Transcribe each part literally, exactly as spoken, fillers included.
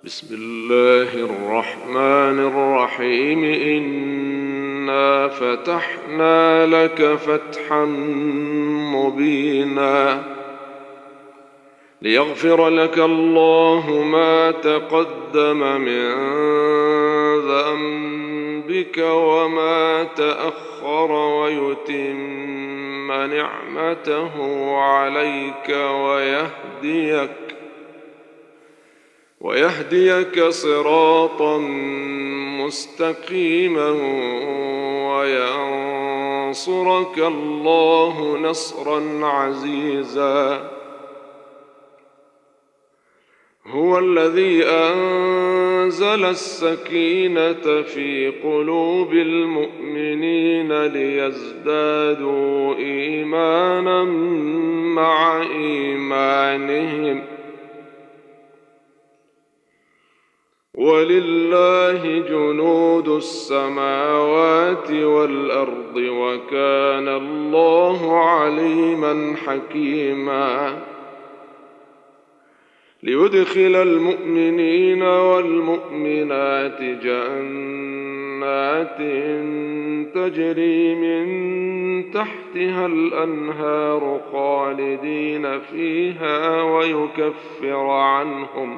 بسم الله الرحمن الرحيم إنا فتحنا لك فتحا مبينا ليغفر لك الله ما تقدم من ذنبك وما تأخر ويتم نعمته عليك ويهديك ويهديك صراطا مستقيما وينصرك الله نصرا عزيزا. هو الذي أنزل السكينة في قلوب المؤمنين ليزدادوا إيمانا مع إيمانهم ولله جنود السماوات والأرض وكان الله عليما حكيما. ليدخل المؤمنين والمؤمنات جنات تجري من تحتها الأنهار خالدين فيها ويكفر عنهم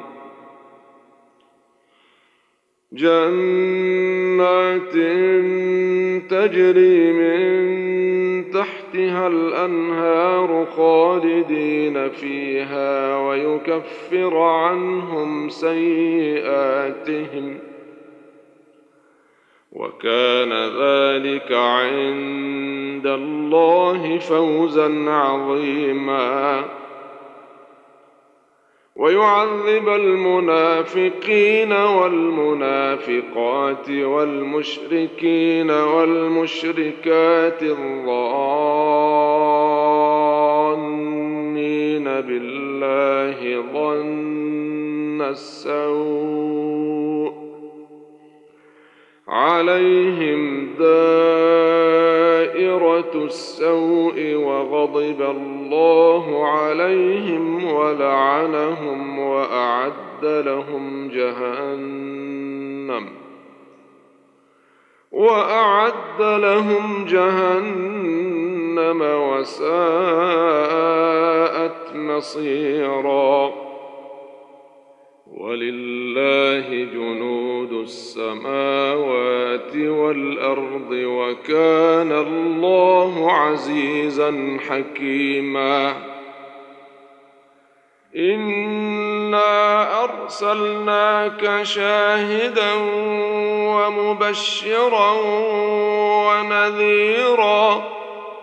جنات تجري من تحتها الأنهار خالدين فيها ويكفر عنهم سيئاتهم وكان ذلك عند الله فوزا عظيما. ويعذب المنافقين والمنافقات والمشركين والمشركات الظانين بالله ظن السوء عليهم دائرة السوء وغضب الله عليهم ولعنهم وأعد لهم جهنم وأعد لهم جهنم وساءت مصيرا. ولله جنود السماوات والأرض وكان الله عزيزا حكيما. إنا أرسلناك شاهدا ومبشرا ونذيرا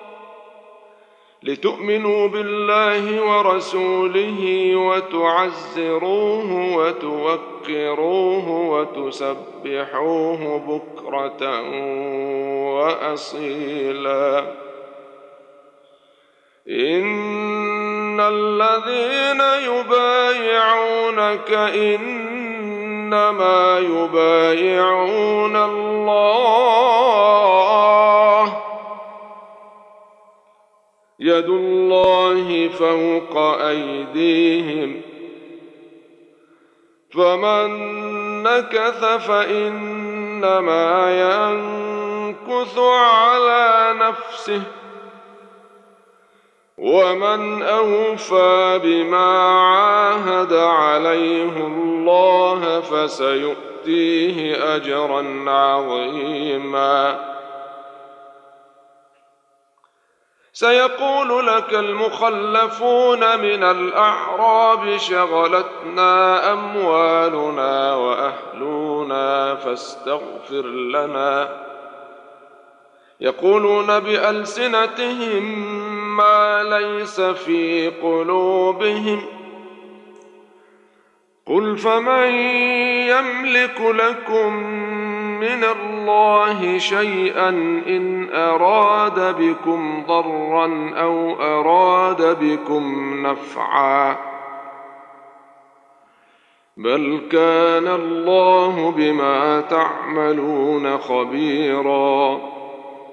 لتؤمنوا بالله ورسوله وتعزروه وتوقروه وتسبحوه بكرة وأصيلا. إن الذين يبايعونك إنما يبايعون الله يد الله فوق أيديهم فمن نكث فإنما ينكث على نفسه ومن أوفى بما عاهد عليه الله فسيؤتيه أجرا عظيما. سيقول لك المخلفون من الأعراب شغلتنا أموالنا وأهلنا فاستغفر لنا يقولون بألسنتهم ما ليس في قلوبهم قل فمن يملك لكم من الله شيئا إن أراد بكم ضرا أو أراد بكم نفعا بل كان الله بما تعملون خبيرا.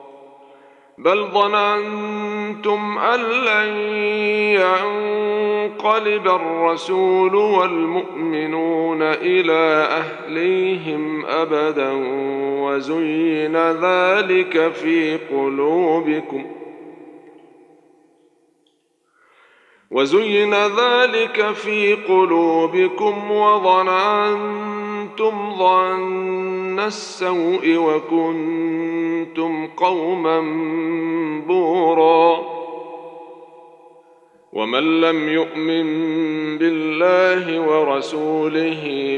بل ظننتم أن لن ينقلب الرسول والمؤمنون إلى أهليهم أبدا وزين ذلك في قلوبكم وزين ذلك في قلوبكم وظننتم ظن السوء وكنتم قوما بورا ومن لم يؤمن بالله ورسوله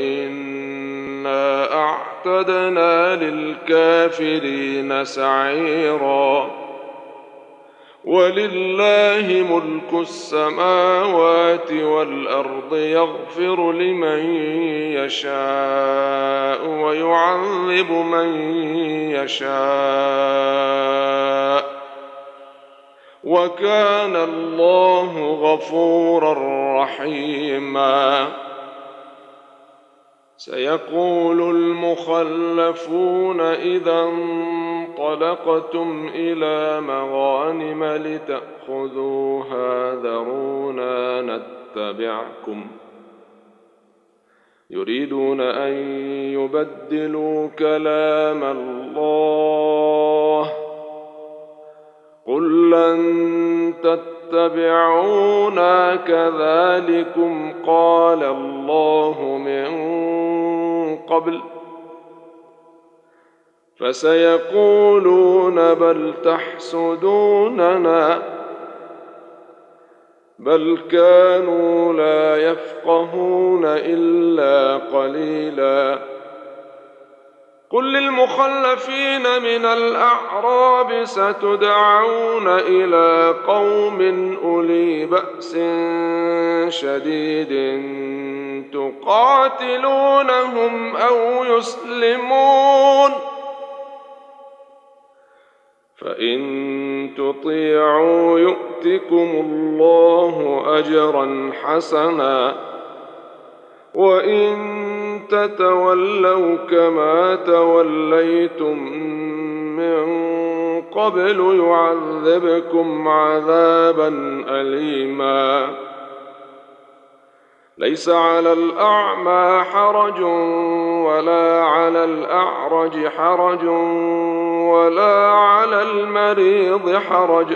فإنا أعتدنا للكافرين سعيرا ولله ملك السماوات والأرض يغفر لمن يشاء ويعذب من يشاء وكان الله غفورا رحيما سيقول المخلفون إذا انطلقتم إلى مغانم لتأخذوها ذرونا نتبعكم يريدون أن يبدلوا كلام الله قل لن تتبعونا كذلكم قال الله من قبل فسيقولون بل تحسدوننا بل كانوا لا يفقهون إلا قليلا قل للمخلفين من الأعراب ستدعون إلى قوم أولي بأس شديد تقاتلونهم أو يسلمون فإن تطيعوا يؤتكم الله أجرا حسنا وإن تتولوا كما توليتم من قبل يعذبكم عذابا أليما ليس على الأعمى حرج ولا على الأعرج حرج ولا على المريض حرج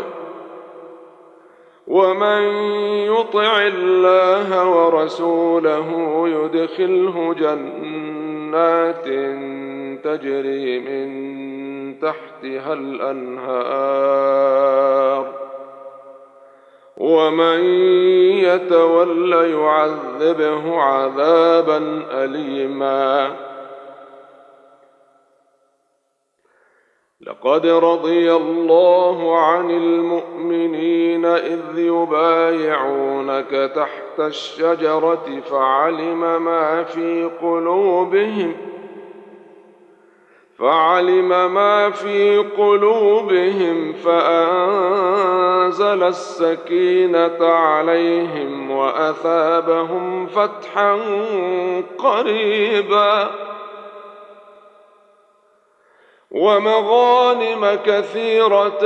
ومن يطع الله ورسوله يدخله جنات تجري من تحتها الأنهار ومن يتول يعذبه عذابا أليما لقد رضي الله عن المؤمنين إذ يبايعونك تحت الشجرة فعلم ما في قلوبهم فعلم ما في قلوبهم فأنزل السكينة عليهم وأثابهم فتحا قريبا ومغانم كثيرة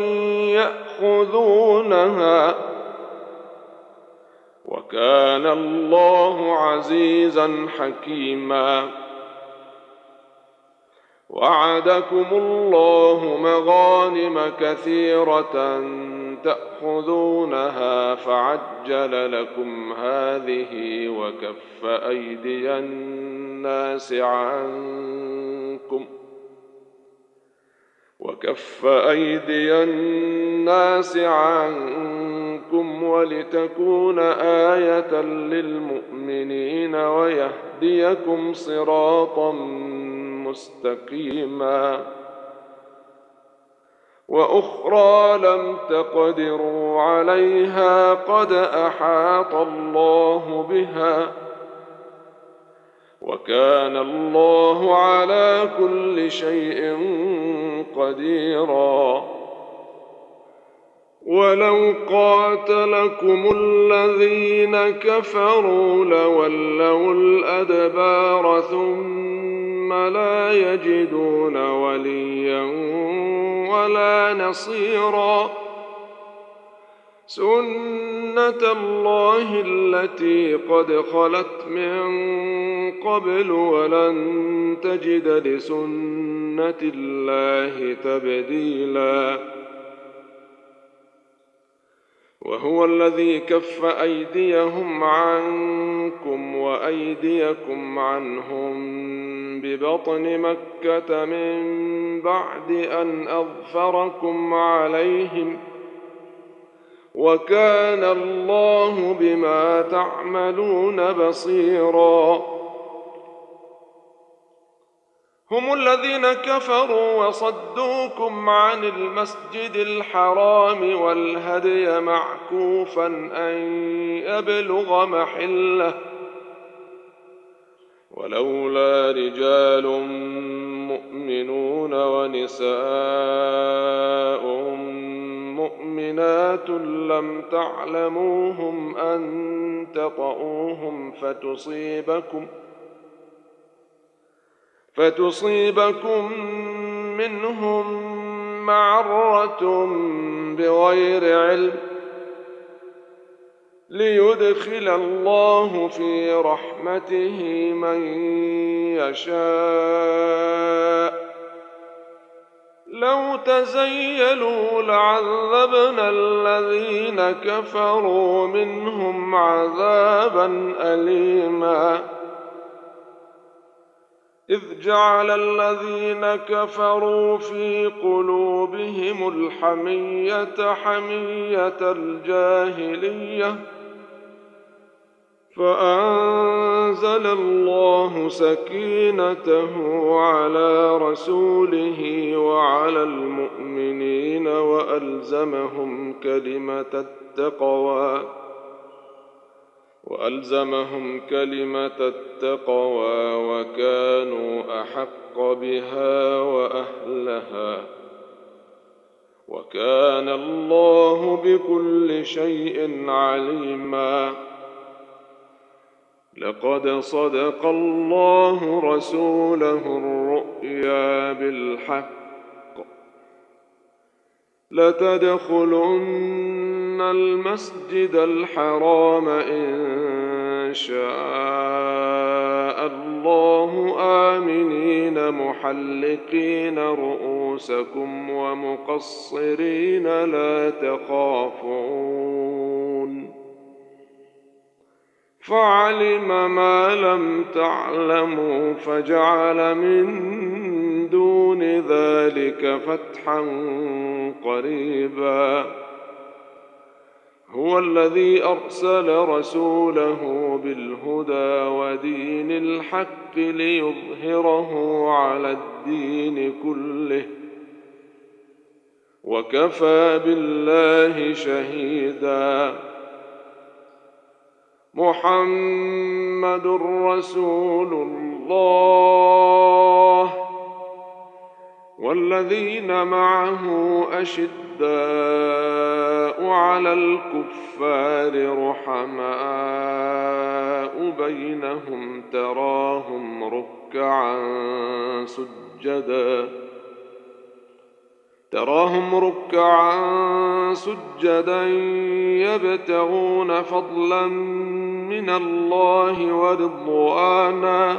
يأخذونها وكان الله عزيزا حكيما وعدكم الله مغانم كثيرة تأخذونها فعجل لكم هذه وكف أيدي الناس عنكم وكف أيدي الناس عنكم ولتكون آية للمؤمنين ويهديكم صراطا مستقيما وأخرى لم تقدروا عليها قد أحاط الله بها وكان الله على كل شيء قديرا ولو قاتلكم الذين كفروا لولوا الأدبار ثم لا يجدون وليا ولا نصيرا سنة الله التي قد خلت من قبل ولن تجد لسنة الله تبديلا وهو الذي كف أيديهم عنكم وأيديكم عنهم ببطن مكة من بعد أن أظفركم عليهم وكان الله بما تعملون بصيرا هم الذين كفروا وصدوكم عن المسجد الحرام والهدي معكوفا أن يبلغ محله ولولا رجال مؤمنون ونساء مؤمنات لم تعلموهم أن تطؤوهم فتصيبكم فتصيبكم منهم معرة بغير علم ليدخل الله في رحمته من يشاء لو تزيلوا لعذبنا الذين كفروا منهم عذابا أليما إذ جعل الذين كفروا في قلوبهم الحمية حمية الجاهلية فأنزل الله سكينته على رسوله وعلى المؤمنين وألزمهم كلمة التقوى وألزمهم كلمة التقوى وكانوا أحق بها وأهلها وكان الله بكل شيء عليما لقد صدق الله رسوله الرؤيا بالحق لتدخلن المسجد الحرام إن شاء الله آمنين محلقين رؤوسكم ومقصرين لا تخافون فعلم ما لم تعلموا فجعل من دون ذلك فتحا قريبا هو الذي أرسل رسوله بالهدى ودين الحق ليظهره على الدين كله وكفى بالله شهيدا محمد رسول الله والذين معه أشداء على الكفار رحماء بينهم تراهم ركعا سجدا تراهم ركعا سجدا يبتغون فضلا من الله ورضوانا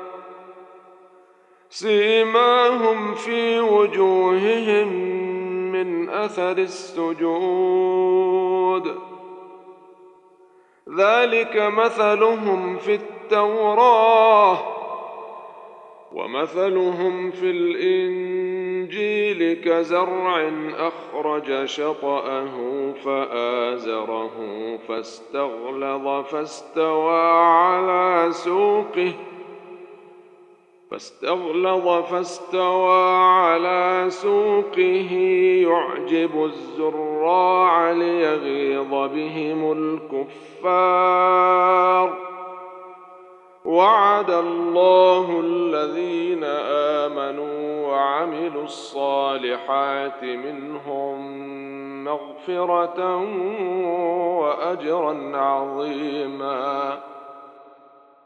سيماهم في وجوههم من أثر السجود ذلك مثلهم في التوراة ومثلهم في الإنجيل كزرع أخرج شطأه فآزره فاستغلظ فاستوى على سوقه فاستغلظ فاستوى على سوقه يعجب الزراع ليغيظ بهم الكفار وعد الله الذين آمنوا وعملوا الصالحات منهم مغفرة وأجرا عظيما